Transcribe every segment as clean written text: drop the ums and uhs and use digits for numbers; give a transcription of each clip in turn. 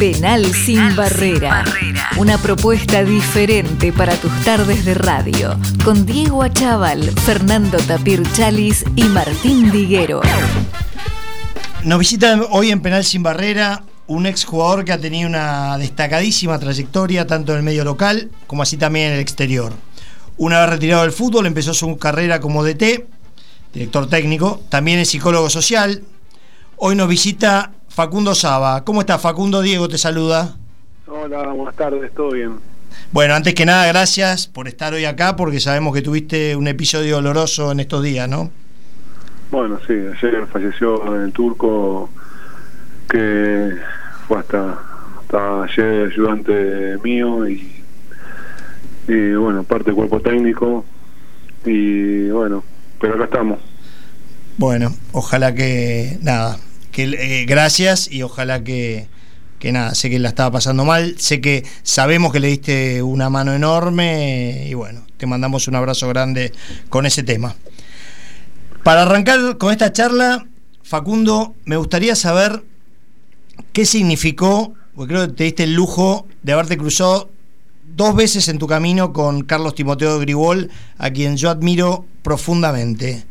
Penal sin barrera. Una propuesta diferente para tus tardes de radio. Con Diego Achával, Fernando Tapir Chalis y Martín Diguero. Nos visita hoy en Penal sin barrera un exjugador que ha tenido una destacadísima trayectoria tanto en el medio local como así también en el exterior. Una vez retirado del fútbol empezó su carrera como DT, director técnico, también es psicólogo social. Hoy nos visita Facundo Saba. ¿Cómo estás, Facundo? Diego te saluda. Hola, buenas tardes, ¿todo bien? Bueno, antes que nada, gracias por estar hoy acá, porque sabemos que tuviste un episodio doloroso en estos días, ¿no? Bueno, sí, ayer falleció el Turco, que fue hasta ayer ayudante mío y bueno, parte del cuerpo técnico, y bueno, pero acá estamos. Bueno, ojalá que nada, gracias, y ojalá que nada, sé que la estaba pasando mal, sabemos que le diste una mano enorme y bueno, te mandamos un abrazo grande con ese tema. Para arrancar con esta charla, Facundo, me gustaría saber qué significó, porque creo que te diste el lujo de haberte cruzado 2 veces en tu camino con Carlos Timoteo Gribol, a quien yo admiro profundamente.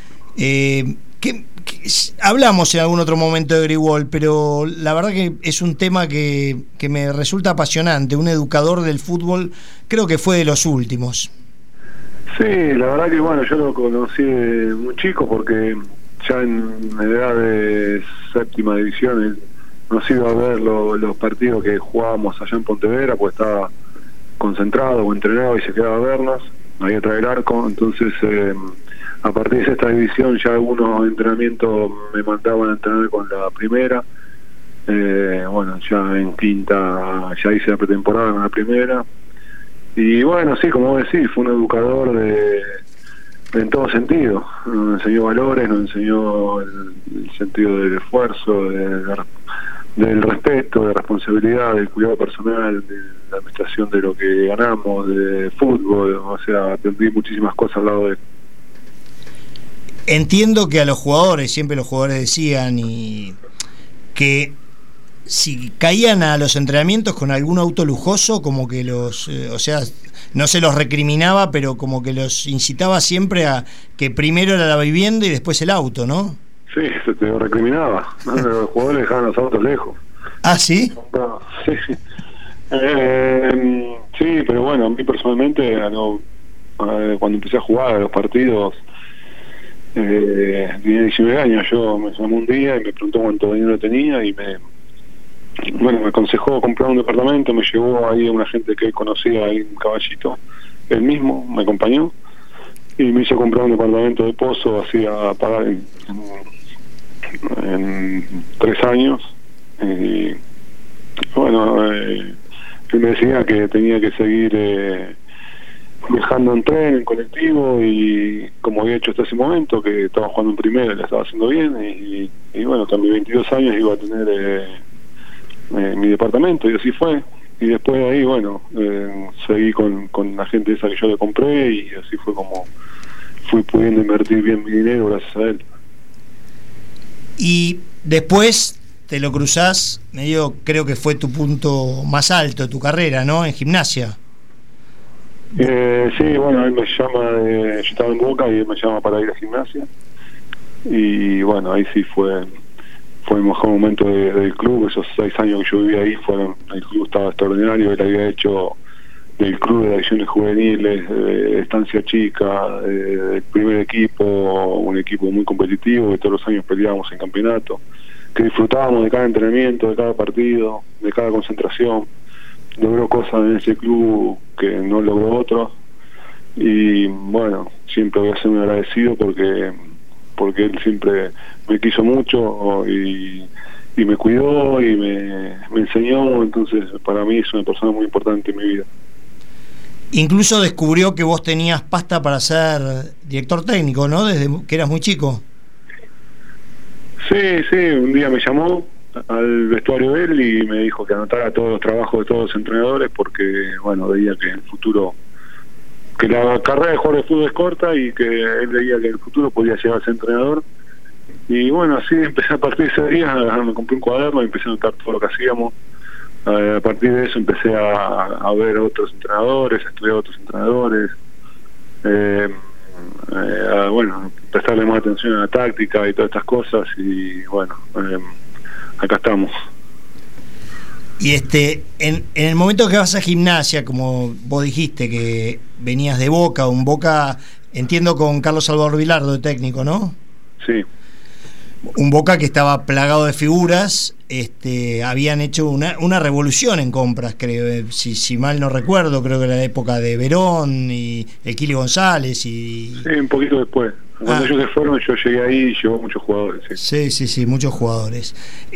Hablamos en algún otro momento de Gribol, pero la verdad que es un tema que me resulta apasionante. Un educador del fútbol, creo que fue de los últimos. Sí, la verdad que bueno, yo lo conocí de muy chico, porque ya en edad de séptima división él nos iba a ver los partidos que jugábamos allá en Pontevedra, pues estaba concentrado o entrenado y se quedaba a vernos ahí atrás del arco. Entonces a partir de esta división ya algunos entrenamientos me mandaban a entrenar con la primera. Bueno, ya en quinta ya hice la pretemporada con la primera, y bueno, sí, como vos decís, fue un educador en todo sentido. Nos enseñó valores, nos enseñó el sentido del esfuerzo, del respeto, de responsabilidad, del cuidado personal, de la administración de lo que ganamos, de fútbol. O sea, aprendí muchísimas cosas al lado de él. Entiendo que a los jugadores, siempre los jugadores decían que si caían a los entrenamientos con algún auto lujoso, como que o sea, no se los recriminaba, pero como que los incitaba siempre a que primero era la vivienda y después el auto, ¿no? Sí, se te lo recriminaba. Los jugadores dejaban los autos lejos. ¿Ah, sí? No, sí. Sí, pero bueno, a mí personalmente, cuando empecé a jugar a los partidos, tenía 19 años, yo me llamó un día y me preguntó cuánto dinero tenía y me aconsejó comprar un departamento. Me llevó ahí a una gente que él conocía ahí en Caballito, él mismo me acompañó y me hizo comprar un departamento de Pozo, hacía pagar en 3 años. Y bueno, él me decía que tenía que seguir viajando en tren, en colectivo, y como había hecho hasta ese momento, que estaba jugando en primera, le estaba haciendo bien, y bueno, que a mis 22 años iba a tener mi departamento, y así fue. Y después de ahí, bueno, seguí con la gente esa que yo le compré, y así fue como fui pudiendo invertir bien mi dinero gracias a él. Y después te lo cruzás, creo que fue tu punto más alto de tu carrera, ¿no? En Gimnasia. Sí, bueno, él me llama, yo estaba en Boca y él me llama para ir a Gimnasia, y bueno, ahí sí fue el mejor momento del club. Esos 6 años que yo viví ahí el club estaba extraordinario. Él había hecho del club de acciones juveniles, de estancia chica, del primer equipo, un equipo muy competitivo, que todos los años peleábamos en campeonato, que disfrutábamos de cada entrenamiento, de cada partido, de cada concentración. Logró cosas en ese club que no logró otros, y bueno, siempre voy a ser muy agradecido porque él siempre me quiso mucho y me cuidó y me enseñó. Entonces para mí es una persona muy importante en mi vida. Incluso descubrió que vos tenías pasta para ser director técnico, ¿no? Desde que eras muy chico. Sí, un día me llamó al vestuario de él y me dijo que anotara todos los trabajos de todos los entrenadores, porque bueno, veía que en el futuro, que la carrera de jugador de fútbol es corta, y que él veía que en el futuro podía llegar a ser entrenador. Y bueno, así empecé. A partir de ese día me compré un cuaderno y empecé a anotar todo lo que hacíamos, A partir de eso empecé a ver otros entrenadores, a estudiar otros entrenadores, bueno, prestarle más atención a la táctica y todas estas cosas, y bueno, acá estamos. Y en el momento que vas a Gimnasia, como vos dijiste que venías de Boca, un Boca, entiendo, con Carlos Salvador Vilardo de técnico, ¿no? Sí. Un Boca que estaba plagado de figuras, habían hecho una revolución en compras, creo, si mal no recuerdo, creo que era la época de Verón y el Kili González y... Sí, un poquito después. Cuando ellos se fueron, yo llegué ahí y llevó muchos jugadores. Sí, muchos jugadores.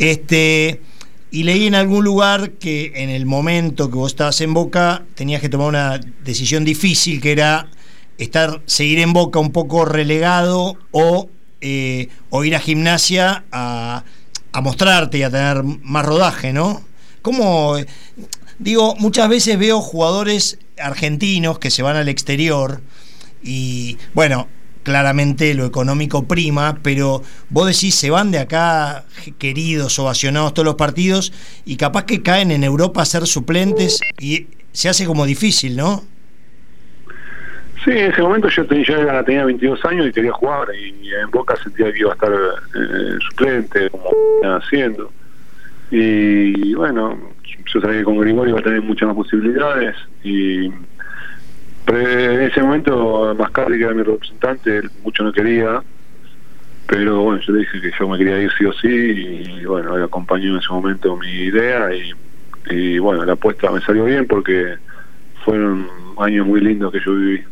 Y leí en algún lugar que en el momento que vos estabas en Boca tenías que tomar una decisión difícil, que era seguir en Boca un poco relegado o ir a Gimnasia a mostrarte y a tener más rodaje, ¿no? ¿Cómo? Digo, muchas veces veo jugadores argentinos que se van al exterior y, bueno, claramente lo económico prima, pero vos decís, se van de acá queridos, ovacionados todos los partidos, y capaz que caen en Europa a ser suplentes y se hace como difícil, ¿no? Sí, en ese momento yo tenía 22 años y quería jugar, y en Boca sentía que iba a estar suplente, como estaban haciendo. Y bueno, yo sabía que con Grigol iba a tener muchas más posibilidades, y en ese momento Mascardi, que era mi representante, él mucho no quería, pero bueno, yo le dije que yo me quería ir sí o sí, y bueno, él acompañó en ese momento mi idea, y bueno, la apuesta me salió bien porque fueron años muy lindos que yo viví.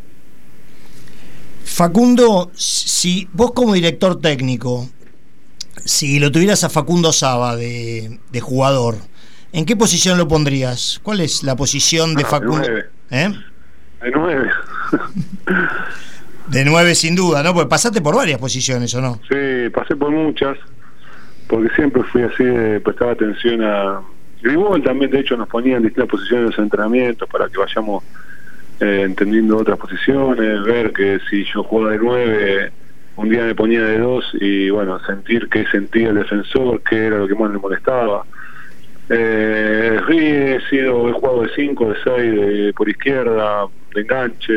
Facundo, si vos como director técnico, si lo tuvieras a Facundo Saba de jugador, ¿en qué posición lo pondrías? ¿Cuál es la posición de Facundo? De 9. De 9 sin duda, ¿no? Porque pasaste por varias posiciones, ¿o no? Sí, pasé por muchas, porque siempre fui así de prestar atención a... Grigol también, de hecho, nos ponía en distintas posiciones en los entrenamientos para que vayamos entendiendo otras posiciones, ver que si yo jugaba de 9, un día me ponía de 2 y bueno, sentir qué sentía el defensor, qué era lo que más le molestaba. He jugado de 5, de 6, por izquierda, de enganche,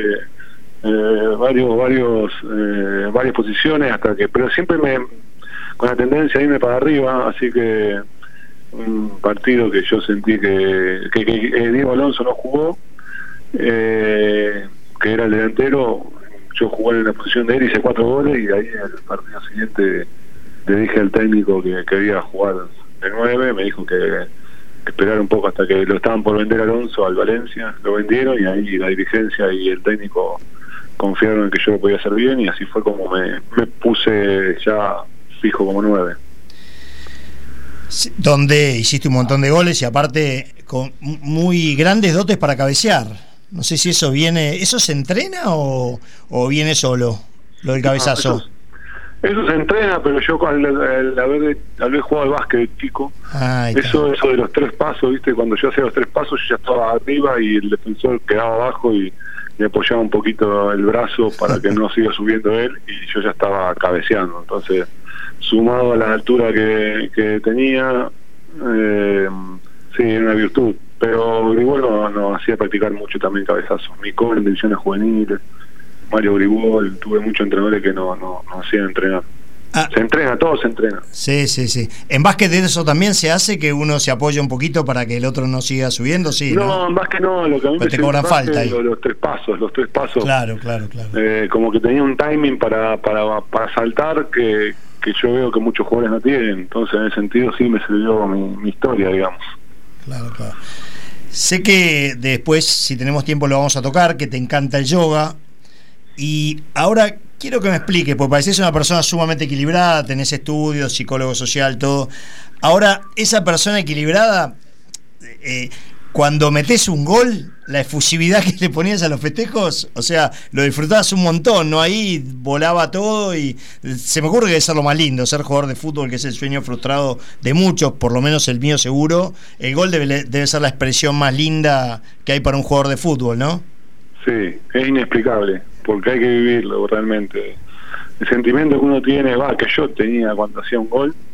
varias posiciones, pero siempre con la tendencia a irme para arriba, así que un partido que yo sentí que Diego Alonso no jugó, que era el delantero, yo jugué en la posición de él, hice 4 goles, y ahí el partido siguiente le dije al técnico que quería jugar de 9, me dijo que esperar un poco hasta que lo estaban por vender Alonso al Valencia, lo vendieron, y ahí la dirigencia y el técnico confiaron en que yo lo podía hacer bien, y así fue como me puse ya fijo como 9. Donde hiciste un montón de goles y aparte con muy grandes dotes para cabecear. No sé si eso se entrena o viene solo, lo del cabezazo. Eso se entrena, pero yo al haber jugado al básquet chico, eso de los 3 pasos, ¿viste? Cuando yo hacía los 3 pasos, yo ya estaba arriba y el defensor quedaba abajo y le apoyaba un poquito el brazo para que no siga subiendo él, y yo ya estaba cabeceando. Entonces, sumado a la altura que tenía, sí, era una virtud. Pero Grigol no hacía practicar mucho también cabezazos. Micol en divisiones juveniles, Mario Grigol, tuve muchos entrenadores que no hacían entrenar. Se entrena, todo se entrena. Sí. ¿En básquet de eso también se hace, que uno se apoya un poquito para que el otro no siga subiendo? Sí, no, en básquet no, lo que a mí me te cobran falta ahí. Los 3 pasos. Claro. Como que tenía un timing para saltar que yo veo que muchos jugadores no tienen. Entonces, en ese sentido, sí me sirvió mi historia, digamos. Claro. Sé que después, si tenemos tiempo, lo vamos a tocar, que te encanta el yoga. Y ahora quiero que me expliques, porque pareces una persona sumamente equilibrada, tenés estudios, psicólogo social, todo. Ahora, esa persona equilibrada, cuando metés un gol, la efusividad que le ponías a los festejos, o sea, lo disfrutabas un montón, ¿no? Ahí volaba todo y se me ocurre que debe ser lo más lindo, ser jugador de fútbol, que es el sueño frustrado de muchos, por lo menos el mío seguro. El gol debe ser la expresión más linda que hay para un jugador de fútbol, ¿no? Sí, es inexplicable, porque hay que vivirlo realmente. El sentimiento que uno tiene, que yo tenía cuando hacía un gol,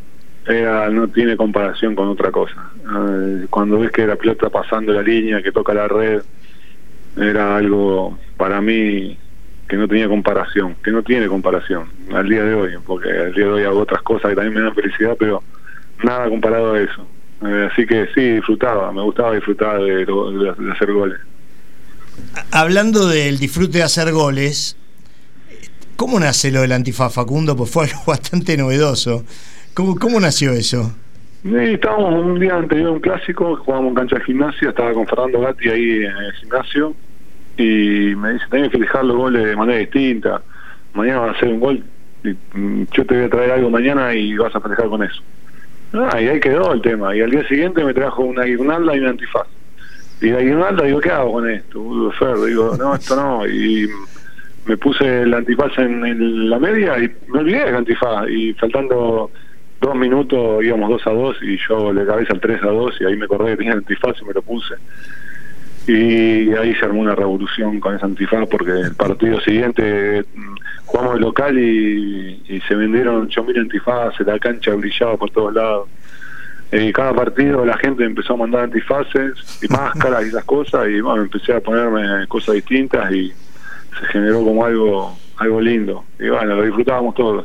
no tiene comparación con otra cosa. Cuando ves que la pelota pasando la línea, que toca la red, era algo para mí que no tenía comparación, que no tiene comparación al día de hoy, porque al día de hoy hago otras cosas que también me dan felicidad, pero nada comparado a eso. Así que sí, me gustaba disfrutar de hacer goles. Hablando del disfrute de hacer goles, ¿cómo nace lo del antifaz, Facundo? Pues fue algo bastante novedoso. ¿Cómo nació eso? Estábamos un día anterior a un clásico, jugábamos en cancha de gimnasia, estaba con Fernando Gatti ahí en el gimnasio, y me dice, tenés que festejar los goles de manera distinta, mañana vas a hacer un gol, y yo te voy a traer algo mañana y vas a festejar con eso. Y ahí quedó el tema, y al día siguiente me trajo una guirnalda y un antifaz. Y la guirnalda, digo, ¿qué hago con esto? Fer, digo, no, esto no, y me puse el antifaz en la media y me olvidé del antifaz, y faltando 2 minutos íbamos 2-2 y yo le cabeza al 3-2 y ahí me acordé que tenía el antifaz y me lo puse. Y ahí se armó una revolución con ese antifaz porque el partido siguiente jugamos de local y se vendieron 8.000 antifaces, la cancha brillaba por todos lados. Y cada partido la gente empezó a mandar antifaces y máscaras y esas cosas, y bueno, empecé a ponerme cosas distintas y se generó como algo lindo. Y bueno, lo disfrutábamos todos.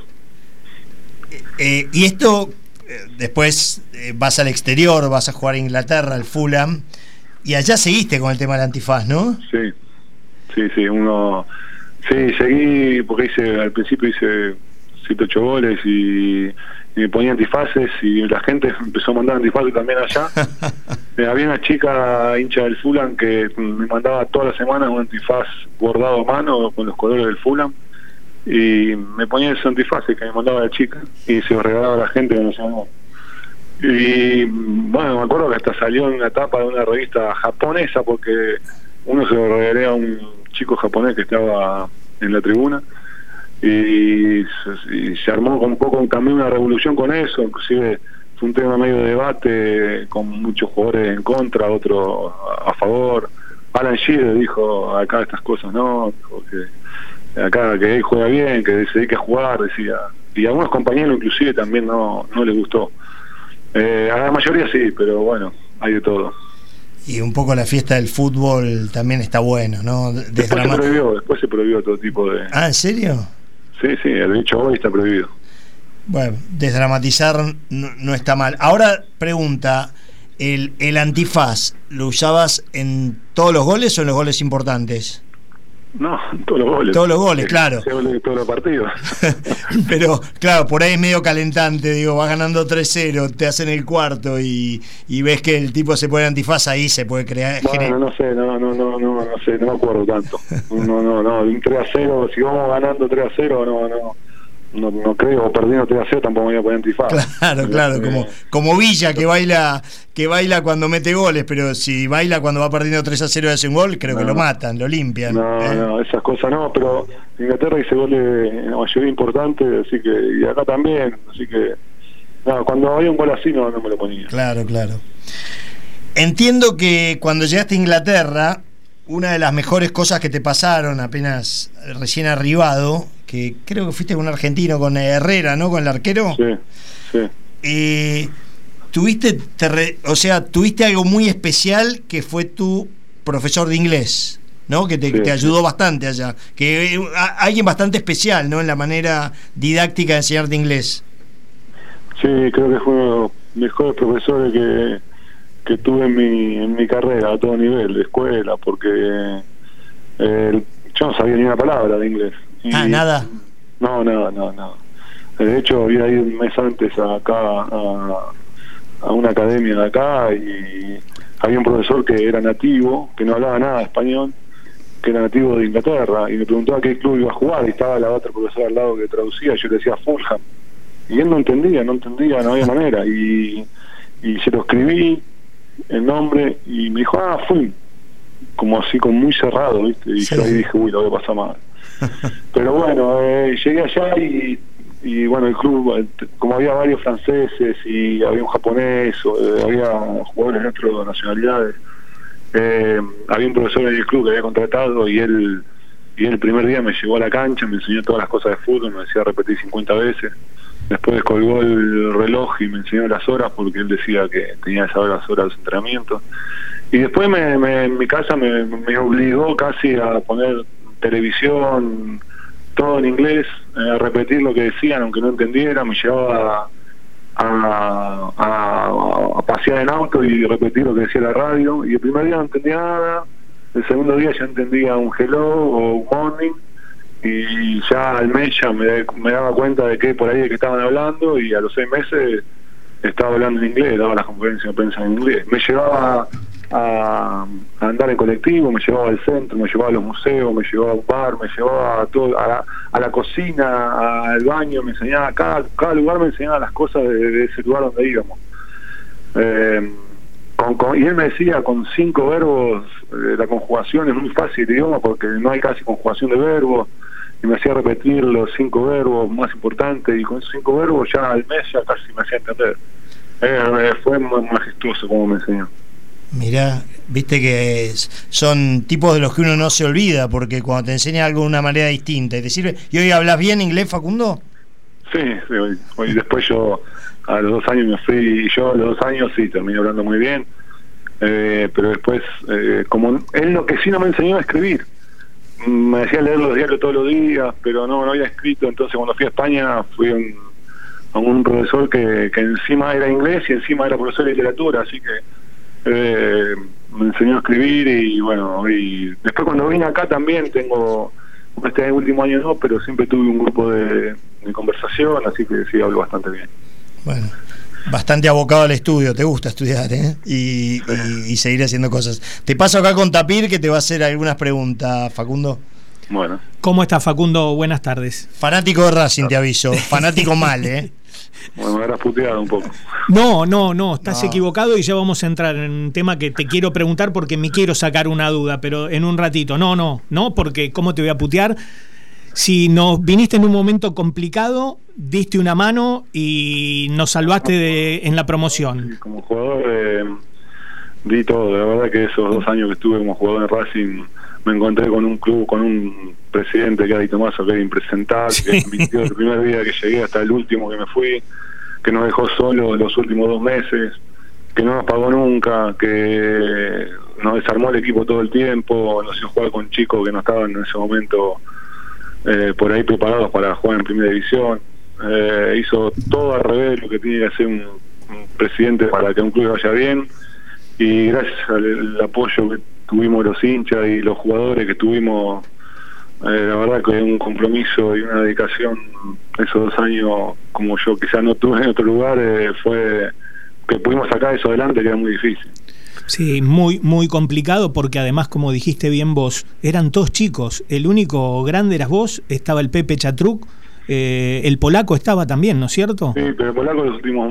Y esto, después vas al exterior, vas a jugar a Inglaterra, al Fulham, y allá seguiste con el tema del antifaz, ¿no? Sí, seguí, porque al principio hice 7-8 goles y me ponía antifaces y la gente empezó a mandar antifaces también allá. Había una chica hincha del Fulham que me mandaba todas las semanas un antifaz bordado a mano con los colores del Fulham, y me ponía esos antifaces que me mandaba la chica y se los regalaba a la gente que nos llamó. Y bueno, me acuerdo que hasta salió en una tapa de una revista japonesa, porque uno se lo regalé a un chico japonés que estaba en la tribuna, y se armó un poco también una revolución con eso. Inclusive fue un tema medio de debate, con muchos jugadores en contra, otros a favor. Alan Shearer dijo, acá estas cosas no, dijo que acá que él juega bien, que se dedique a jugar, decía. Y a algunos compañeros inclusive también no les gustó. A la mayoría sí, pero bueno, hay de todo. Y un poco la fiesta del fútbol también está bueno, ¿no? Después se prohibió todo tipo de... ¿Ah, en serio? Sí, de hecho hoy está prohibido. Bueno, desdramatizar no está mal. Ahora, pregunta, ¿el antifaz lo usabas en todos los goles o en los goles importantes? No, todos los goles. Todos los goles, claro. Todos los partidos. Pero, claro, por ahí es medio calentante, digo, vas ganando 3-0, te hacen el cuarto y ves que el tipo se pone antifaz, ahí se puede crear... Bueno, no sé, no me acuerdo tanto. No, un 3-0, si vamos ganando 3-0, no creo, perdiendo 3-0 tampoco me voy a poner antifaz. Claro, como Villa que baila cuando mete goles, pero si baila cuando va perdiendo 3-0 y hace un gol, creo que lo matan, lo limpian. No, esas cosas no, pero Inglaterra hice goles en la mayoría importante, así que, y acá también, así que cuando había un gol así no me lo ponía. Claro. Entiendo que cuando llegaste a Inglaterra, una de las mejores cosas que te pasaron apenas recién arribado, que creo que fuiste con un argentino, con Herrera, ¿no? Con el arquero. Sí. Tuviste algo muy especial que fue tu profesor de inglés, ¿no? Que te ayudó bastante allá. Que alguien bastante especial, ¿no? En la manera didáctica de enseñarte inglés. Sí, creo que fue uno de los mejores profesores que tuve en mi carrera a todo nivel de escuela, porque yo no sabía ni una palabra de inglés. ¿Nada? No. De hecho, había ido un mes antes acá a una academia de acá, y había un profesor que era nativo, que no hablaba nada de español, que era nativo de Inglaterra, y me preguntaba qué club iba a jugar, y estaba la otra profesora al lado que traducía, yo le decía Fulham, y él no entendía, no había manera, y se lo escribí el nombre y me dijo Fulham, como así, con muy cerrado, ¿viste? Y yo ahí dije, lo voy a pasar mal. Pero bueno, llegué allá y bueno, el club, como había varios franceses y había un japonés, había jugadores de otras nacionalidades, había un profesor en el club que había contratado, y él el primer día me llevó a la cancha, me enseñó todas las cosas de fútbol, me decía repetir 50 veces, Después colgó el reloj y me enseñó las horas porque él decía que tenía esas horas de entrenamiento. Y después en mi casa me obligó casi a poner televisión, todo en inglés, a repetir lo que decían aunque no entendiera. Me llevaba a pasear en auto y repetir lo que decía la radio. Y el primer día no entendía nada, el segundo día ya entendía un hello o un morning, y ya al mes ya me daba cuenta de que por ahí de que estaban hablando, y a los 6 meses estaba hablando en inglés, daba las conferencias de prensa en inglés. Me llevaba a andar en colectivo, me llevaba al centro, me llevaba a los museos, me llevaba a un bar, me llevaba a todo, a la cocina, al baño, me enseñaba, cada lugar me enseñaba las cosas de ese lugar donde íbamos. Y él me decía, con 5 verbos, la conjugación es muy fácil el idioma porque no hay casi conjugación de verbos, y me hacía repetir los 5 verbos más importantes, y con esos 5 verbos ya al mes ya casi me hacía entender. Fue majestuoso como me enseñó. Mirá, viste que son tipos de los que uno no se olvida, porque cuando te enseña algo de una manera distinta y te sirve. ¿Y hoy hablas bien inglés, Facundo? Sí, hoy después yo a los 2 años me fui, y yo a los 2 años sí terminé hablando muy bien, pero después, como él lo que sí no me enseñó a escribir, me decía leer los diarios todos los días, pero no había escrito. Entonces cuando fui a España fui a un profesor que encima era inglés y encima era profesor de literatura, así que me enseñó a escribir. Y bueno, y después cuando vine acá también tengo, este último año no, pero siempre tuve un grupo de conversación, así que sí, hablo bastante bien. Bueno, bastante abocado al estudio, te gusta estudiar, ¿eh? Y seguir haciendo cosas. Te paso acá con Tapir, que te va a hacer algunas preguntas, Facundo. Bueno. ¿Cómo estás, Facundo? Buenas tardes. Fanático de Racing, te aviso. Fanático mal, ¿eh? Bueno, me habrás puteado un poco. No, estás equivocado, y ya vamos a entrar en un tema que te quiero preguntar porque me quiero sacar una duda, pero en un ratito. No, porque ¿cómo te voy a putear? Si nos viniste en un momento complicado, diste una mano y nos salvaste en la promoción. Sí, como jugador di todo. La verdad que esos 2 años que estuve como jugador en Racing me encontré con un club, con un presidente que era Di Tomaso, que era impresentable, que me mintió desde el primer día que llegué hasta el último que me fui, que nos dejó solos los últimos 2 meses, que no nos pagó nunca, que nos desarmó el equipo todo el tiempo, nos hizo jugar con chicos que no estaban en ese momento por ahí preparados para jugar en primera división. Hizo todo al revés de lo que tiene que hacer un presidente para que un club vaya bien, y gracias al apoyo que tuvimos los hinchas y los jugadores que tuvimos, la verdad que un compromiso y una dedicación esos 2 años como yo quizás no tuve en otro lugar, fue que pudimos sacar eso adelante, que era muy difícil. Sí, muy, muy complicado, porque además, como dijiste bien vos, eran todos chicos. El único grande eras vos, estaba el Pepe Chatruc, el polaco estaba también, ¿no es cierto? Sí, pero el polaco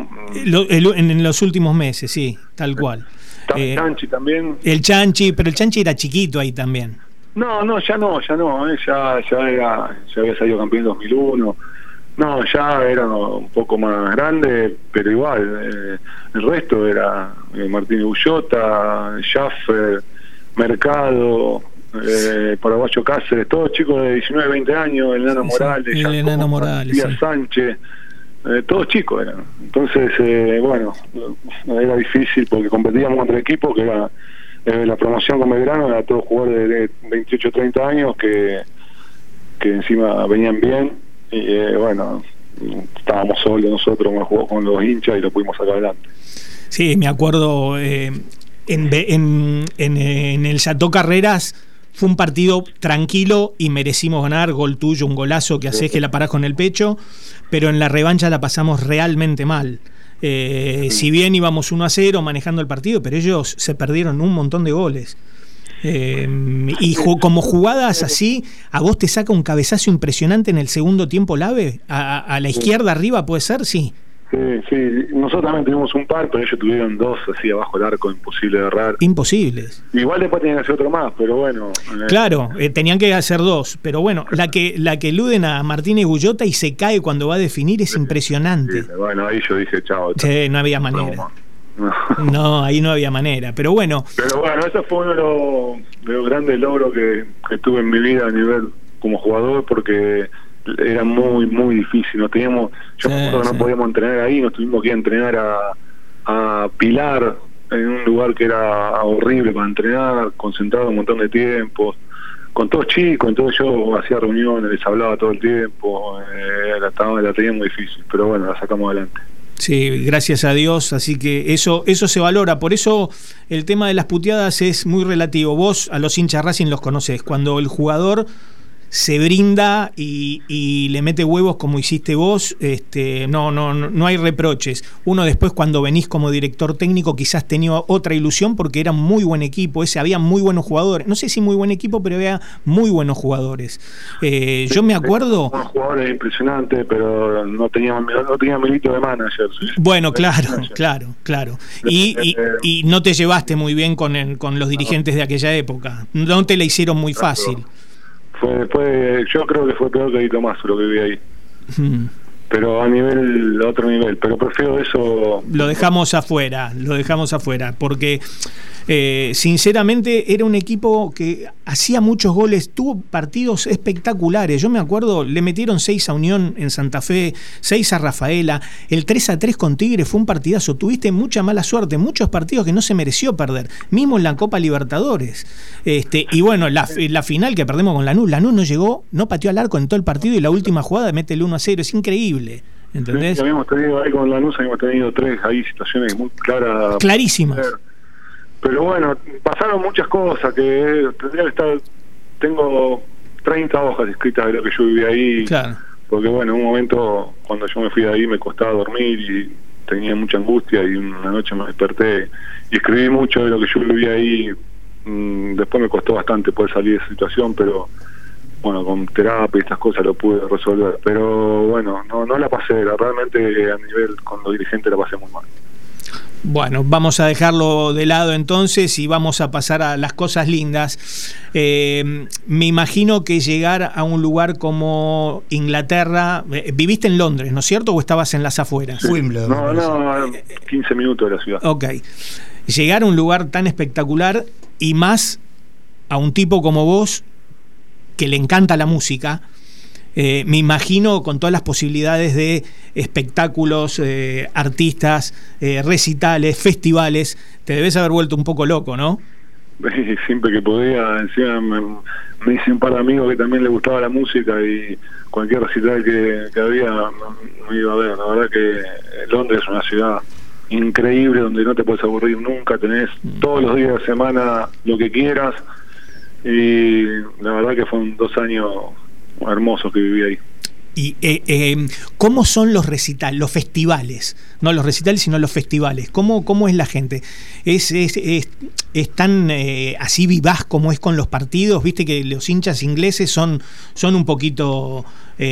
en los últimos meses, sí, tal cual. El Chanchi también. El Chanchi, pero el Chanchi era chiquito ahí también. Ya había salido campeón en 2001. No, ya era un poco más grande, pero igual, el resto era Martínez Ullota, Schaffer, Mercado, Paraguayo Cáceres, todos chicos de 19, 20 años, el Enano Morales, el Enano Morales, Díaz Sánchez, todos chicos eran. Entonces, bueno, era difícil porque competíamos contra equipos que era la promoción con Belgrano, era todos jugadores de 28, 30 años que encima venían bien. Y bueno, estábamos solos nosotros, me jugó con los hinchas y lo pudimos sacar adelante. Sí, me acuerdo en el Chateau Carreras fue un partido tranquilo y merecimos ganar, gol tuyo, un golazo que haces que la parás con el pecho, pero en la revancha la pasamos realmente mal. Si bien íbamos 1-0 manejando el partido, pero ellos se perdieron un montón de goles. Y como jugadas así, a vos te saca un cabezazo impresionante en el segundo tiempo Lave, a la izquierda arriba, ¿puede ser? Sí. Sí, nosotros también tuvimos un par, pero ellos tuvieron 2 así abajo del arco, imposible de errar. Imposibles. Igual después tenían que hacer otro más, pero bueno. Claro, tenían que hacer 2, pero bueno, la que eluden a Martínez Ullota y se cae cuando va a definir es impresionante. Sí, bueno, ahí yo dije, chao. Sí, no había manera. No, ahí no había manera, pero bueno. Pero bueno, ese fue uno de los grandes logros que tuve en mi vida a nivel como jugador, porque era muy, muy difícil. Me acuerdo que no podíamos entrenar ahí, nos tuvimos que ir a entrenar a Pilar, en un lugar que era horrible para entrenar, concentrado un montón de tiempo, con todos chicos. Entonces yo hacía reuniones, les hablaba todo el tiempo, la tenía muy difícil, pero bueno, la sacamos adelante. Sí, gracias a Dios, así que eso se valora. Por eso el tema de las puteadas es muy relativo. Vos a los hinchas Racing los conocés. Cuando el jugador se brinda y le mete huevos como hiciste vos, no hay reproches. Uno después, cuando venís como director técnico, quizás tenía otra ilusión porque era muy buen equipo, había muy buenos jugadores. No sé si muy buen equipo, pero había muy buenos jugadores. Yo me acuerdo... Unos jugadores impresionantes, pero no tenía milito de manager. Bueno, claro. Y no te llevaste muy bien con los dirigentes de aquella época. No te la hicieron muy fácil. Yo creo que fue peor que Dito Mazo lo que vi ahí. Pero a otro nivel. Pero prefiero eso. Lo dejamos afuera, porque sinceramente era un equipo que hacía muchos goles, tuvo partidos espectaculares. Yo me acuerdo, le metieron 6 a Unión en Santa Fe, 6 a Rafaela, el 3-3 con Tigre fue un partidazo. Tuviste mucha mala suerte, muchos partidos que no se mereció perder, mismo en la Copa Libertadores. Y bueno, la final que perdemos con Lanús no llegó, no pateó al arco en todo el partido y la última jugada mete el 1-0, es increíble. ¿Entendés? Sí, habíamos tenido ahí con Lanús, habíamos tenido 3 ahí situaciones muy clarísimas. Pero bueno, pasaron muchas cosas que tendría que estar. Tengo 30 hojas escritas de lo que yo viví ahí. Claro. Porque bueno, en un momento cuando yo me fui de ahí me costaba dormir y tenía mucha angustia, y una noche me desperté y escribí mucho de lo que yo viví ahí. Después me costó bastante poder salir de esa situación, pero bueno, con terapia y estas cosas lo pude resolver. Pero bueno, no la pasé, realmente a nivel con los dirigentes la pasé muy mal. Bueno, vamos a dejarlo de lado entonces y vamos a pasar a las cosas lindas. Me imagino que llegar a un lugar como Inglaterra, viviste en Londres, ¿no es cierto? ¿O estabas en las afueras? Wimbledon. No, 15 minutos de la ciudad. Ok. Llegar a un lugar tan espectacular y más a un tipo como vos que le encanta la música. Me imagino con todas las posibilidades de espectáculos, artistas, recitales, festivales, te debes haber vuelto un poco loco, ¿no? Siempre que podía. Encima me hice un par de amigos que también les gustaba la música y cualquier recital que había me iba a ver. La verdad que Londres es una ciudad increíble donde no te puedes aburrir nunca, tenés todos los días de semana lo que quieras, y la verdad que fueron 2 años hermosos que viví ahí. ¿Y cómo son los recitales, los festivales? No los recitales, sino los festivales. ¿Cómo es la gente? ¿Es tan así vivaz como es con los partidos? Viste que los hinchas ingleses son un poquito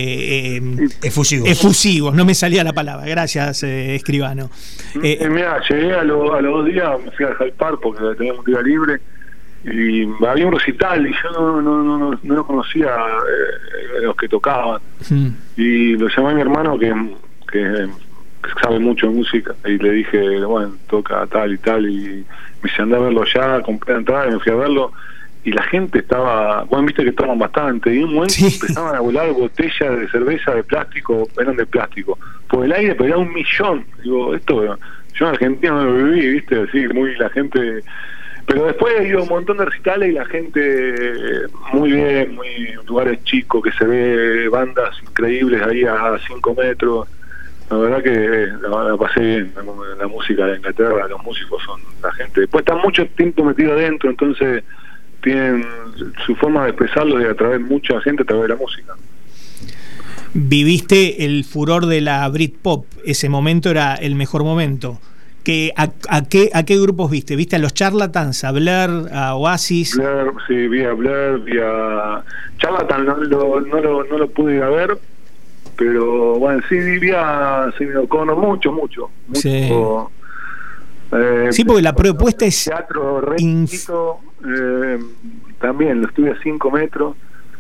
efusivos. No me salía la palabra. Gracias, escribano. Mira, llegué a los 2 días, me fui al Hyde Park porque teníamos un día libre. Y había un recital y yo no lo conocía los que tocaban, y lo llamé a mi hermano que sabe mucho de música, y le dije, bueno, toca tal y tal, y me dice, anda a verlo ya, compré la entrada y me fui a verlo, y la gente estaba, bueno, viste que toman bastante, y en un momento empezaban a volar botellas de cerveza de plástico, eran de plástico, por el aire, pero era 1 millón. Digo, esto yo en Argentina no lo viví, viste, así, muy la gente. Pero después he ido a un montón de recitales y la gente muy bien, muy lugares chicos, que se ve bandas increíbles ahí a 5 metros. La verdad que la pasé bien. La música de Inglaterra, los músicos son la gente. Después están mucho tiempo metidos adentro, entonces tienen su forma de expresarlo y atraer mucha gente a través de la música. Viviste el furor de la Britpop, ese momento era el mejor momento. ¿A qué grupos viste? ¿Viste a los Charlatans, a Blur, a Oasis? Blur, sí, vi a Blur, vi a Charlatan, no lo pude ir a ver, pero bueno, sí vi a O'Connor, mucho. Sí. Sí, porque la propuesta es teatro re chiquito, también lo estuve a 5 metros.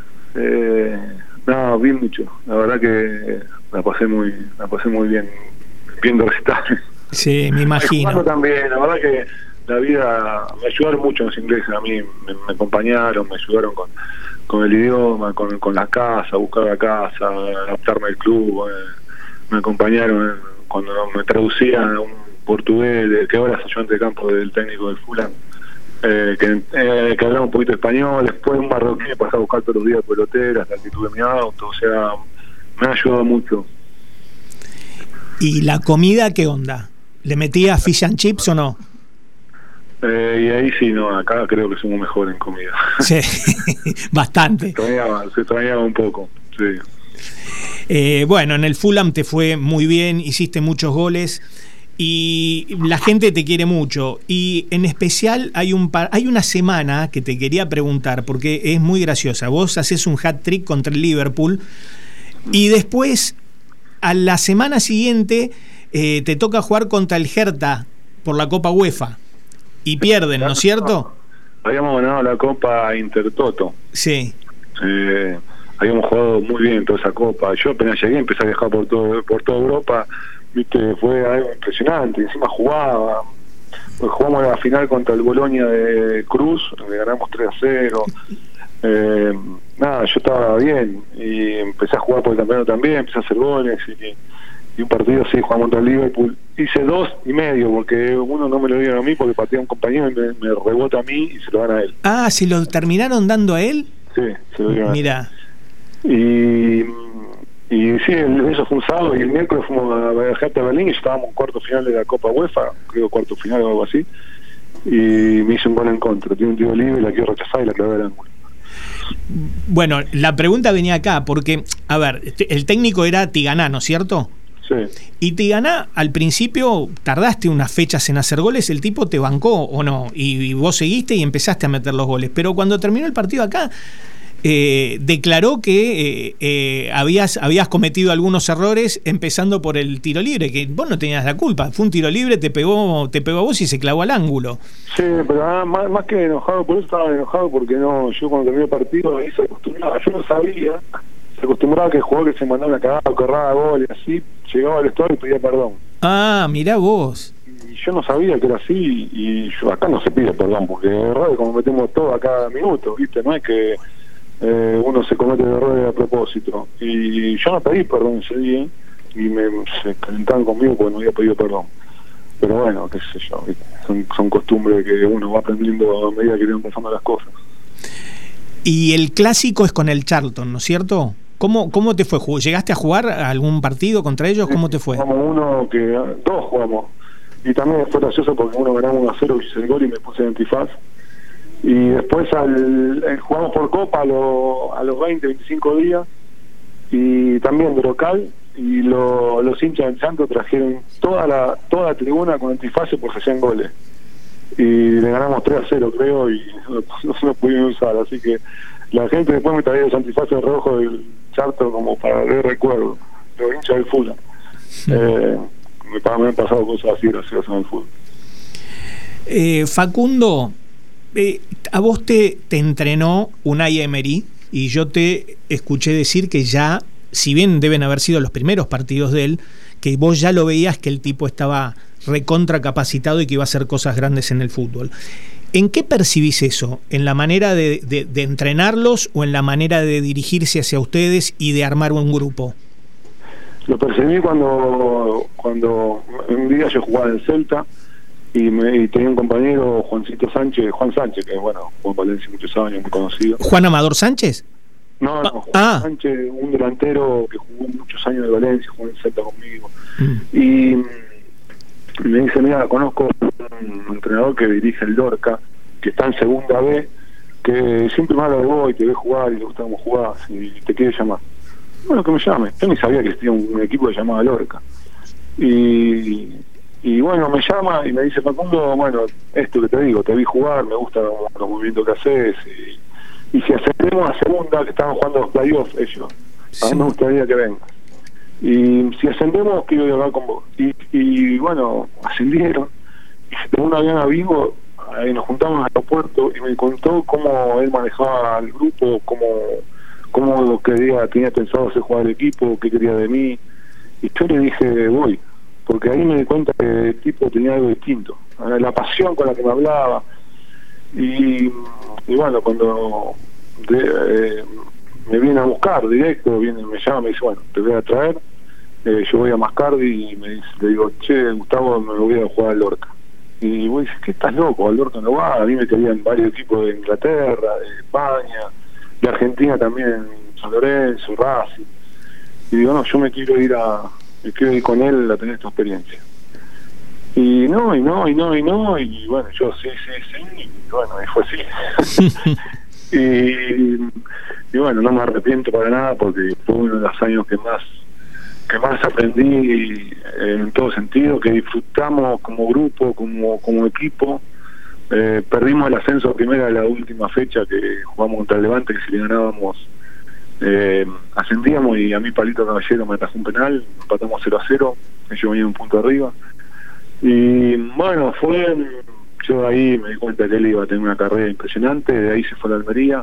Vi mucho, la verdad que la pasé muy bien viendo recitales. Sí, me imagino. También, la verdad que la vida me ayudaron mucho los ingleses, a mí me acompañaron, me ayudaron con el idioma, con la casa, buscar la casa, adaptarme al club. Me acompañaron cuando me traducían un portugués, que ahora es ayudante de campo del técnico del Fulham, que hablaba un poquito español. Después un marroquí me pasaba a buscar todos los días peloteras, la actitud de mi auto. O sea, me ha ayudado mucho. ¿Y la comida qué onda? ¿Le metía fish and chips o no? Y ahí sí, no, acá creo que somos mejor en comida. Sí, bastante. Se extrañaba un poco, sí. Bueno, en el Fulham te fue muy bien, hiciste muchos goles y la gente te quiere mucho. Y en especial hay una semana que te quería preguntar, porque es muy graciosa. Vos haces un hat-trick contra el Liverpool y después, a la semana siguiente, te toca jugar contra el Hertha por la Copa UEFA. Y pierden, ¿no es cierto? Habíamos ganado la Copa Intertoto. Sí. Habíamos jugado muy bien toda esa Copa. Yo apenas llegué, empecé a viajar por toda Europa. Viste, fue algo impresionante. Encima jugaba. Pues jugamos la final contra el Bolonia de Cruz, le ganamos 3-0. Nada, yo estaba bien. Y empecé a jugar por el campeonato también, empecé a hacer goles. Y un partido así, jugamos contra el Liverpool. Hice 2,5, porque uno no me lo dieron a mí, porque pateé a un compañero y me rebota a mí y se lo dan a él. Ah, ¿se lo terminaron dando a él? Sí, se lo dieron. Mirá. Y sí, eso fue un sábado, y el miércoles fuimos a Hertha Berlín y estábamos en cuarto final de la Copa UEFA, creo cuarto final o algo así, y me hice un gol en contra. Tiene un tiro libre, la quiero rechazar y la clavé al ángulo. Bueno, la pregunta venía acá, porque, a ver, el técnico era Tigana, ¿no es cierto? Sí. Y Tigana, al principio, tardaste unas fechas en hacer goles, el tipo te bancó o no, y vos seguiste y empezaste a meter los goles, pero cuando terminó el partido acá, declaró que habías cometido algunos errores, empezando por el tiro libre, que vos no tenías la culpa, fue un tiro libre, te pegó a vos y se clavó al ángulo. Sí, pero más que enojado, por eso estaba enojado, porque no, yo cuando terminé el partido ahí se acostumbraba, yo no sabía, se acostumbraba que el jugador que se mandaba una cagada o que erraba gol y así, llegaba al vestuario y pedía perdón. Ah, mirá vos. Y yo no sabía que era así, y yo acá no se pide perdón, porque errores como metemos todo a cada minuto, ¿viste? No es que uno se comete errores a propósito. Y yo no pedí perdón ese día, y se calentaban conmigo porque no había pedido perdón. Pero bueno, qué sé yo, son costumbres que uno va aprendiendo a medida que van pasando las cosas. Y el clásico es con el Charlton, ¿no es cierto? ¿Cómo te fue? ¿Llegaste a jugar a algún partido contra ellos? ¿Cómo te fue? Dos jugamos. Y también fue gracioso porque uno ganamos 1-0 y hice el gol y me puse de antifaz. Y después jugamos por Copa a los 20-25 días, y también de local, y los hinchas del Santo trajeron toda la tribuna con antifaces por 60 goles. Y le ganamos 3-0, creo, y no se lo pudieron usar. Así que la gente después me traía los antifaces rojos del Charto como para ver recuerdo, los hinchas del fútbol. Me han pasado cosas así graciosas en el fútbol. Facundo, a vos te entrenó Unai Emery, y yo te escuché decir que ya, si bien deben haber sido los primeros partidos de él, que vos ya lo veías que el tipo estaba recontra capacitado y que iba a hacer cosas grandes en el fútbol. ¿En qué percibís eso? ¿En la manera de entrenarlos o en la manera de dirigirse hacia ustedes y de armar un grupo? Lo percibí cuando un día yo jugaba en Celta y tenía un compañero, Juan Sánchez, que bueno, jugó en Valencia muchos años, muy conocido. ¿Juan Amador Sánchez? No, Juan Sánchez, un delantero que jugó muchos años de Valencia, jugó en Celta conmigo. Y me dice, mira, conozco un entrenador que dirige el Lorca, que está en segunda B, que siempre me habla de vos y te ve jugar y le gusta cómo jugás y te quiere llamar. Bueno, que me llame. Yo ni sabía que existía un equipo que se llamaba Lorca. Y bueno, me llama y me dice, Facundo, bueno, esto que te digo, te vi jugar, me gusta los movimientos que haces, y si ascendemos a segunda, que estaban jugando los playoffs ellos, a mí me gustaría que vengas. Y si ascendemos, quiero ir a hablar con vos. Y bueno, ascendieron, y se tomó un avión a Vigo, y nos juntamos en el aeropuerto, y me contó cómo él manejaba el grupo, cómo tenía pensado hacer jugar el equipo, qué quería de mí. Y yo le dije, voy, porque ahí me di cuenta que el tipo tenía algo distinto, la pasión con la que me hablaba. Y bueno, cuando me viene a buscar directo, me llama, me dice, bueno, te voy a traer. Yo voy a Mascardi y le digo, che, Gustavo, me voy a jugar al Lorca. Y vos dices, ¿qué estás loco? Al Lorca no va. A mí me querían varios equipos de Inglaterra, de España, de Argentina también, San Lorenzo, Racing. Y digo, no, yo me quiero ir con él a tener esta experiencia. Y no, y bueno, yo sí, y bueno, y fue así. y bueno, no me arrepiento para nada porque fue uno de los años que más aprendí en todo sentido, que disfrutamos como grupo, como equipo. Perdimos el ascenso a primera de la última fecha que jugamos contra el Levante, que si le ganábamos ascendíamos, y a mí Palito Caballero me atajó un penal, empatamos 0-0, ellos venían un punto arriba. Y bueno, yo ahí me di cuenta que él iba a tener una carrera impresionante. De ahí se fue a la Almería,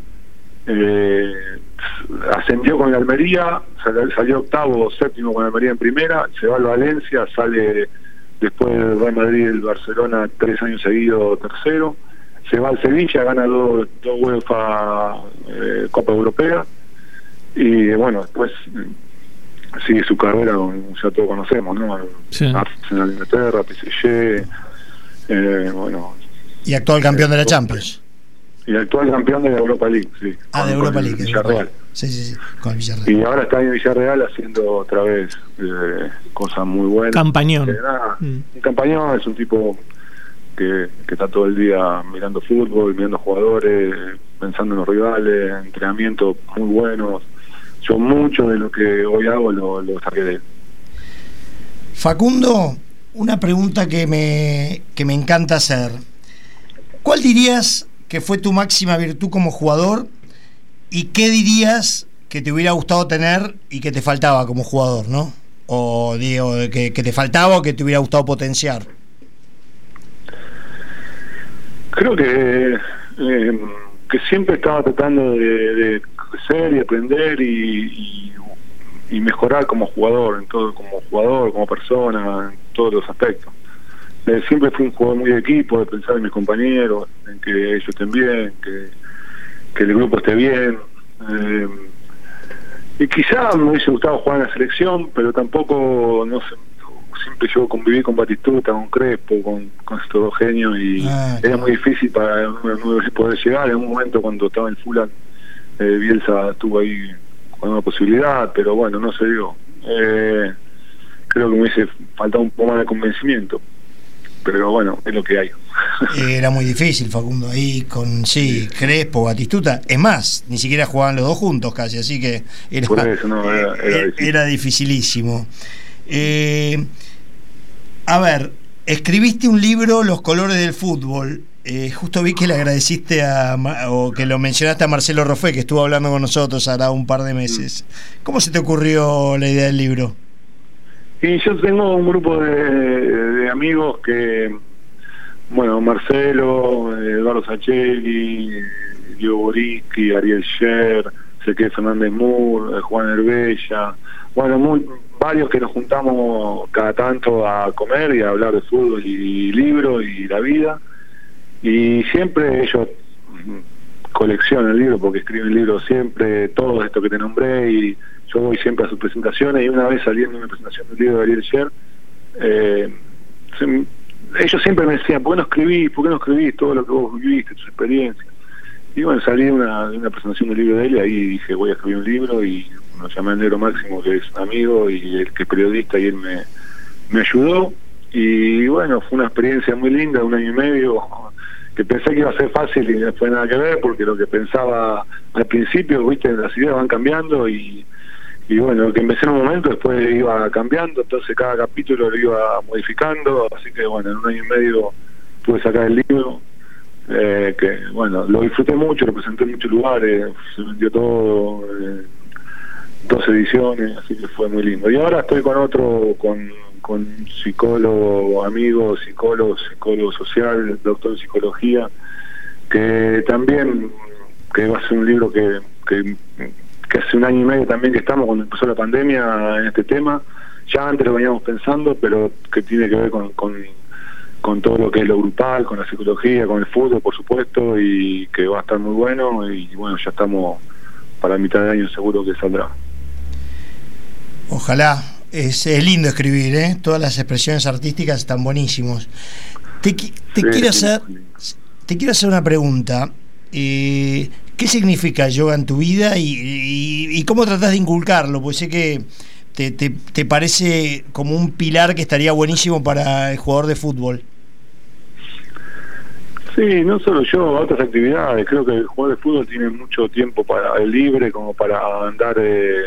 ascendió con la Almería, salió octavo, séptimo con la Almería en primera, se va al Valencia, sale después del Real Madrid, el Barcelona 3 años seguidos tercero, se va al Sevilla, gana dos UEFA Copa Europea, y bueno, después sigue su carrera, ya todos conocemos, ¿no? Sí. Arsenal, Inglaterra, PSG, bueno. Y actual campeón de la Champions. Y actual campeón de la Europa League, sí. De Europa League. Villarreal. Sí, con el Villarreal. Y ahora está en Villarreal haciendo otra vez cosas muy buenas. Campañón. Un campañón, es un tipo que está todo el día mirando fútbol, mirando jugadores, pensando en los rivales, entrenamientos muy buenos. Yo mucho de lo que hoy hago lo saqué de él. Facundo, una pregunta que me encanta hacer. ¿Cuál dirías que fue tu máxima virtud como jugador y qué dirías que te hubiera gustado tener y que te faltaba como jugador, ¿no? O digo, que te faltaba o que te hubiera gustado potenciar. Creo que siempre estaba tratando de crecer y aprender y mejorar como jugador, en todo, como persona, en todos los aspectos. Siempre fui un jugador muy de equipo, de pensar en mis compañeros, en que ellos estén bien, que el grupo esté bien. Y quizá me hubiese gustado jugar en la selección, pero tampoco, no sé, siempre yo conviví con Batistuta, con Crespo, con estos dos genios, y era muy difícil para poder llegar. En un momento cuando estaba en Fulham, Bielsa estuvo ahí con una posibilidad, pero bueno, no se dio. Creo que me hubiese faltado un poco más de convencimiento, pero bueno, es lo que hay. Era muy difícil, Facundo, ahí con Crespo, Batistuta. Es más, ni siquiera jugaban los dos juntos casi, así que era, por eso, no, era dificilísimo. A ver, escribiste un libro, Los colores del fútbol. Justo vi que le agradeciste o que lo mencionaste a Marcelo Roffé, que estuvo hablando con nosotros ahora un par de meses. ¿Cómo se te ocurrió la idea del libro? Y yo tengo un grupo de amigos que, bueno, Marcelo, Eduardo Sachelli, Diego Boriski, Ariel Scher, Ezequiel Fernández Moore, Juan Herbella, bueno, varios que nos juntamos cada tanto a comer y a hablar de fútbol y libros y la vida, y siempre ellos coleccionan el libro porque escriben libros siempre, todo esto que te nombré, y yo voy siempre a sus presentaciones. Y una vez saliendo una presentación del libro de Ariel Scher, ellos siempre me decían, ¿por qué no escribís todo lo que vos viviste, tus experiencias? Y bueno, salí de una presentación del libro de él, y ahí dije, voy a escribir un libro, y lo llamé al Negro Máximo, que es un amigo y el que es periodista, y él me ayudó. Y bueno, fue una experiencia muy linda de 1 año y medio, que pensé que iba a ser fácil y no fue nada que ver, porque lo que pensaba al principio, viste, las ideas van cambiando, y bueno, lo que empecé en un momento después iba cambiando, entonces cada capítulo lo iba modificando, así que bueno, en 1 año y medio pude sacar el libro, que bueno, lo disfruté mucho, lo presenté en muchos lugares, se vendió todo, 2 ediciones, así que fue muy lindo. Y ahora estoy con psicólogo, amigo, psicólogo social, doctor en psicología, que también que va a ser un libro que hace 1 año y medio también que estamos, cuando empezó la pandemia, en este tema. Ya antes lo veníamos pensando, pero que tiene que ver con con todo lo que es lo grupal, con la psicología, con el fútbol, por supuesto, y que va a estar muy bueno. Y bueno, ya estamos para mitad de año, seguro que saldrá. Ojalá. Es lindo escribir, ¿eh? Todas las expresiones artísticas están buenísimos. Te quiero hacer una pregunta. ¿Qué significa el yoga en tu vida y cómo tratás de inculcarlo? Pues sé que te parece como un pilar que estaría buenísimo para el jugador de fútbol. Sí, no solo yo, otras actividades. Creo que el jugador de fútbol tiene mucho tiempo para el libre, como para andar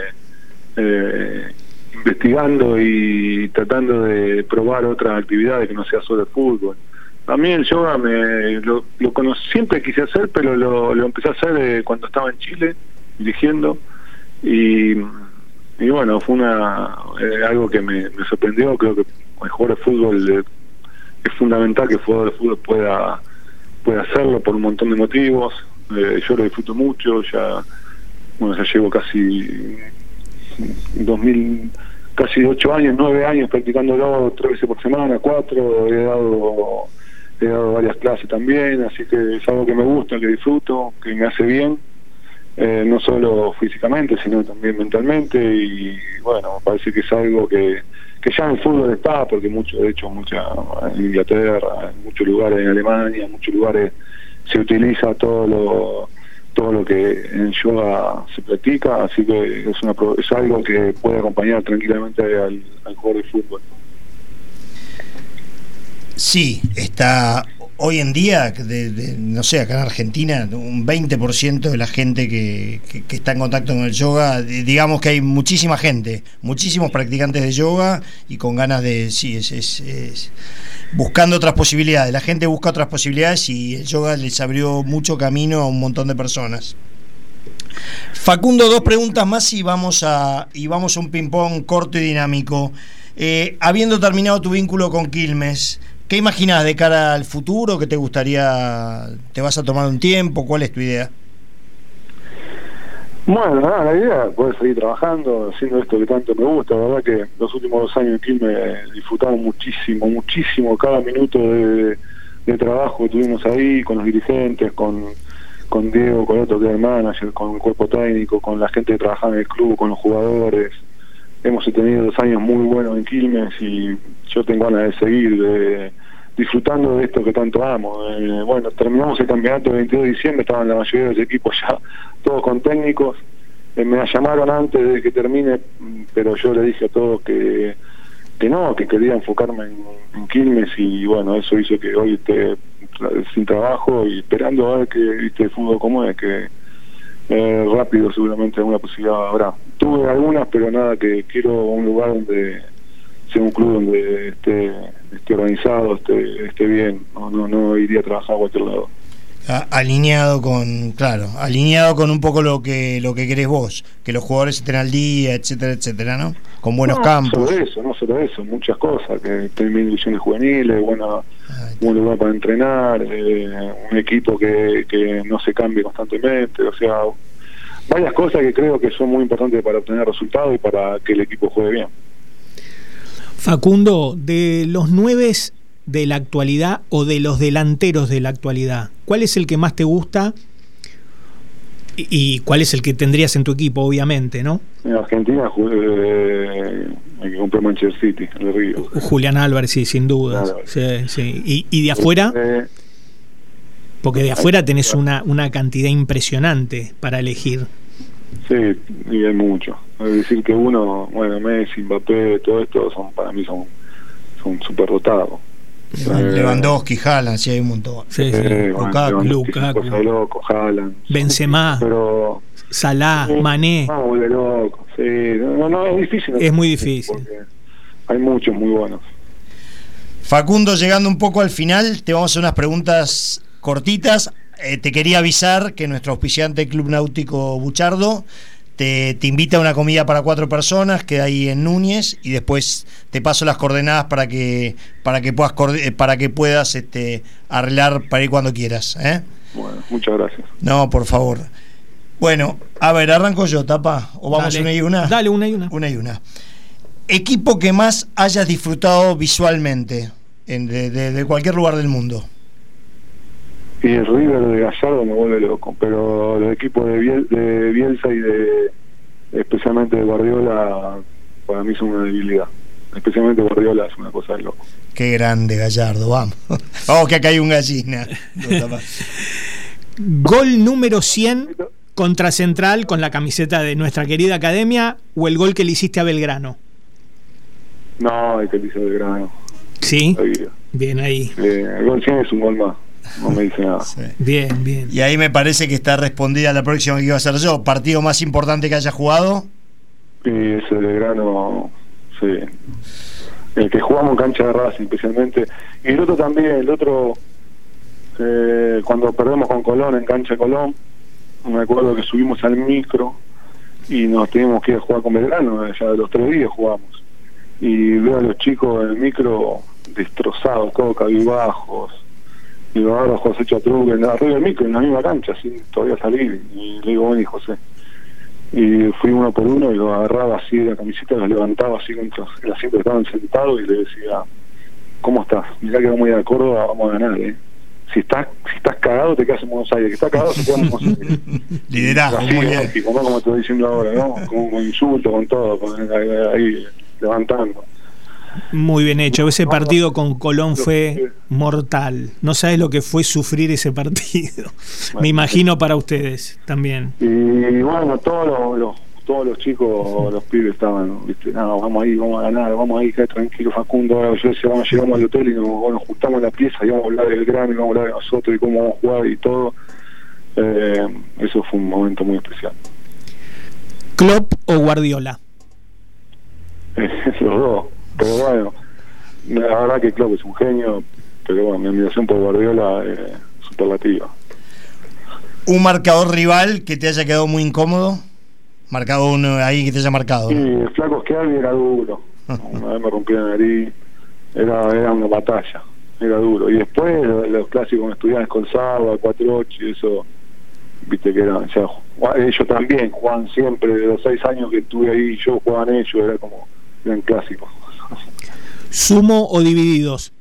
investigando y tratando de probar otras actividades que no sea solo el fútbol. A mí el yoga lo conocí, siempre quise hacer, pero lo empecé a hacer cuando estaba en Chile dirigiendo, y bueno, fue algo que me sorprendió. Creo que el jugador de fútbol es fundamental que el jugador de fútbol pueda hacerlo por un montón de motivos. Yo lo disfruto mucho, ya llevo casi 8 años, 9 años practicándolo 3 veces por semana, 4. He dado varias clases también, así que es algo que me gusta, que disfruto, que me hace bien, no solo físicamente, sino también mentalmente. Y bueno, me parece que es algo que ya en el fútbol está, porque en Inglaterra, en muchos lugares, en Alemania, en muchos lugares se utiliza todo lo que en yoga se practica, así que es algo que puede acompañar tranquilamente al jugador de fútbol. Sí, está hoy en día, no sé, acá en Argentina, un 20% de la gente que está en contacto con el yoga, digamos que hay muchísima gente, muchísimos practicantes de yoga y con ganas de, buscando otras posibilidades. La gente busca otras posibilidades y el yoga les abrió mucho camino a un montón de personas. Facundo, 2 preguntas más y vamos a un ping-pong corto y dinámico. Habiendo terminado tu vínculo con Quilmes, ¿qué imaginás de cara al futuro? ¿Qué te gustaría? ¿Te vas a tomar un tiempo? ¿Cuál es tu idea? Bueno, la idea es poder seguir trabajando, haciendo esto que tanto me gusta. La verdad que los últimos 2 años en Quilmes disfrutamos muchísimo cada minuto de trabajo que tuvimos ahí, con los dirigentes, con Diego, con otro que era el manager, con el cuerpo técnico, con la gente que trabajaba en el club, con los jugadores. Hemos tenido 2 años muy buenos en Quilmes y yo tengo ganas de seguir disfrutando de esto que tanto amo. Bueno, terminamos el campeonato el 22 de diciembre, estaban la mayoría de los equipos ya todos con técnicos. Me llamaron antes de que termine, pero yo le dije a todos que quería enfocarme en Quilmes, y bueno, eso hizo que hoy esté sin trabajo y esperando a ver que el fútbol como es, que rápido seguramente alguna posibilidad habrá. Tuve algunas, pero nada, que quiero un lugar donde sea un club donde esté organizado, esté bien. No iría a trabajar a cualquier lado. Alineado con un poco lo que querés vos, que los jugadores estén al día, etcétera, ¿no? Con buenos campos. No solo eso, muchas cosas, que terminen divisiones juveniles, un lugar para entrenar, un equipo que no se cambie constantemente, o sea, varias cosas que creo que son muy importantes para obtener resultados y para que el equipo juegue bien. Facundo, de los 9 de la actualidad o de los delanteros de la actualidad, ¿cuál es el que más te gusta y cuál es el que tendrías en tu equipo, obviamente, ¿no? En Argentina hay que comprar Manchester City, el Río. Julián Álvarez, sí, sin duda. Sí. ¿Y de afuera? Porque de afuera tenés una cantidad impresionante para elegir. Sí, y hay mucho. Es decir que Messi, Mbappé, todo esto para mí son súper dotados. Lewandowski, Haaland, sí, hay un montón. Sí. Lukaku, Haaland, Benzema, Salah, Mané. Loco. Sí, no, es difícil. Es muy difícil. Hay muchos muy buenos. Facundo, llegando un poco al final, te vamos a hacer unas preguntas cortitas. Te quería avisar que nuestro auspiciante Club Náutico Buchardo te invita a una comida para 4 personas, queda ahí en Núñez, y después te paso las coordenadas para que puedas arreglar para ir cuando quieras. Bueno, muchas gracias. No, por favor. Bueno, a ver, arranco yo, Tapa, o vamos una y una. Dale, una y una. Una y una. Equipo que más hayas disfrutado visualmente. de cualquier lugar del mundo. Y el River de Gallardo me vuelve loco, pero los equipos de Bielsa y especialmente de Guardiola, para mí son una debilidad. Especialmente Guardiola es una cosa de loco. Qué grande Gallardo, vamos. Vamos que acá hay un gallina. Gol número 100 contra Central con la camiseta de nuestra querida academia, o el gol que le hiciste a Belgrano. No, el que le hice a Belgrano. Sí, bien ahí. El gol 100 es un gol más. No me dice nada. Sí. Bien, bien. Y ahí me parece que está respondida la próxima que iba a hacer yo. ¿Partido más importante que haya jugado? Sí, ese Belgrano, sí. El que jugamos en cancha de Racing especialmente. Y el otro también, cuando perdemos con Colón en cancha de Colón, me acuerdo que subimos al micro y nos teníamos que ir a jugar con Belgrano, ya de los 3 días jugamos. Y veo a los chicos en el micro destrozados, todos cabizbajos. Y los agarro a José Chatruc arriba del micro, en la misma cancha, sin todavía salir. Y le digo, vení, José. Y fui uno por uno y lo agarraba así de la camiseta, lo levantaba así contra el asiento que estaban sentados y le decía, ¿cómo estás? Mirá que vamos a ir a Córdoba, vamos a ganar, Si estás cagado, te quedas en Buenos Aires. Que estás cagado, se queda en Buenos Aires. Liderazgo, así, muy bien. ¿no? Como te estoy diciendo ahora, ¿no? Con insulto, con todo, ahí levantando. Muy bien hecho. Ese partido con Colón fue mortal. No sabes lo que fue sufrir ese partido. Me imagino para ustedes también. Y bueno, todos los chicos, los pibes estaban, ¿viste? No, vamos ahí, vamos a ganar, vamos ahí, quedar tranquilo, Facundo. Ahora yo decía, llegamos al hotel y nos juntamos en la pieza y vamos a hablar del Gran y vamos a hablar de nosotros y cómo vamos a jugar y todo. Eso fue un momento muy especial. ¿Klopp o Guardiola? Los dos. Pero bueno, la verdad que Klopp es un genio, pero bueno, mi admiración por Guardiola es superlativa. ¿Un marcador rival que te haya quedado muy incómodo? ¿Marcado uno ahí que te haya marcado? Sí, el flaco Schiavi era duro. Una vez me rompí la nariz, era una batalla, era duro. Y después los clásicos Estudiantes con Saba, 4-8 y eso, viste que eran, o sea, ellos también jugaban siempre, de los 6 años que estuve ahí, yo jugaban ellos, eran clásicos. ¿Sumo o divididos?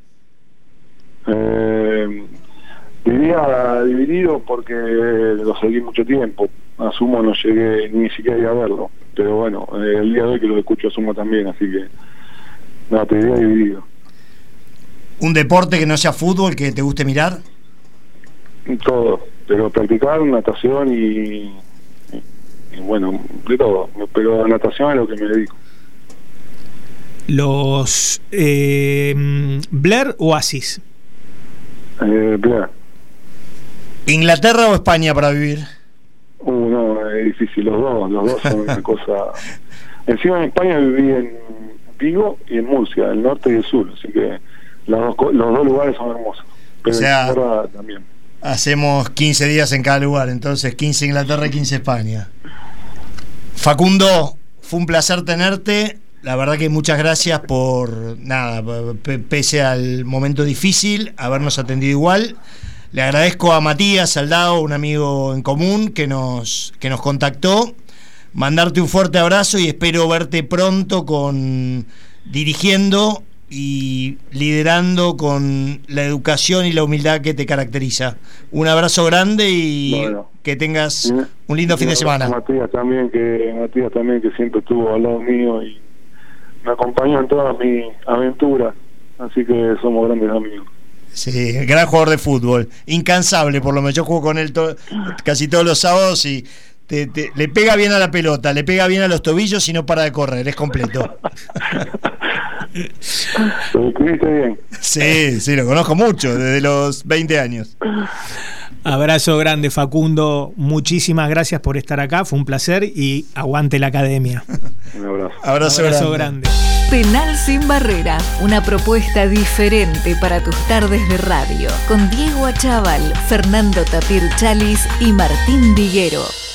Diría dividido porque lo seguí mucho tiempo. A Sumo no llegué ni siquiera a ir a verlo, pero bueno, el día de hoy que lo escucho a Sumo también, así que no, te diría dividido. ¿Un deporte que no sea fútbol que te guste mirar? Todo, pero practicar natación y bueno, de todo, pero natación es lo que me dedico. Los Blair o Asis. Blair. ¿Inglaterra o España para vivir? No, es difícil, los dos son una cosa. Encima en España viví en Vigo y en Murcia, el norte y el sur, así que los dos lugares son hermosos. Pero o sea, Inglaterra también. Hacemos 15 días en cada lugar, entonces 15 Inglaterra y 15 España. Facundo, fue un placer tenerte. La verdad que muchas gracias por nada, pese al momento difícil, habernos atendido igual. Le agradezco a Matías Saldao, un amigo en común que nos contactó. Mandarte un fuerte abrazo y espero verte pronto dirigiendo y liderando con la educación y la humildad que te caracteriza. Un abrazo grande y que tengas un lindo fin de semana. Matías también que siempre estuvo al lado mío y me acompañó en todas mis aventuras, así que somos grandes amigos. Sí, gran jugador de fútbol, incansable por lo menos. Yo juego con él casi todos los sábados y le pega bien a la pelota, le pega bien a los tobillos y no para de correr, es completo. ¿Lo describiste bien? Sí, lo conozco mucho, desde los 20 años. Abrazo grande, Facundo, muchísimas gracias por estar acá, fue un placer y aguante la academia. Un abrazo. Abrazo grande. Penal sin barrera, una propuesta diferente para tus tardes de radio, con Diego Achával, Fernando Tapir Chalis y Martín Diguero.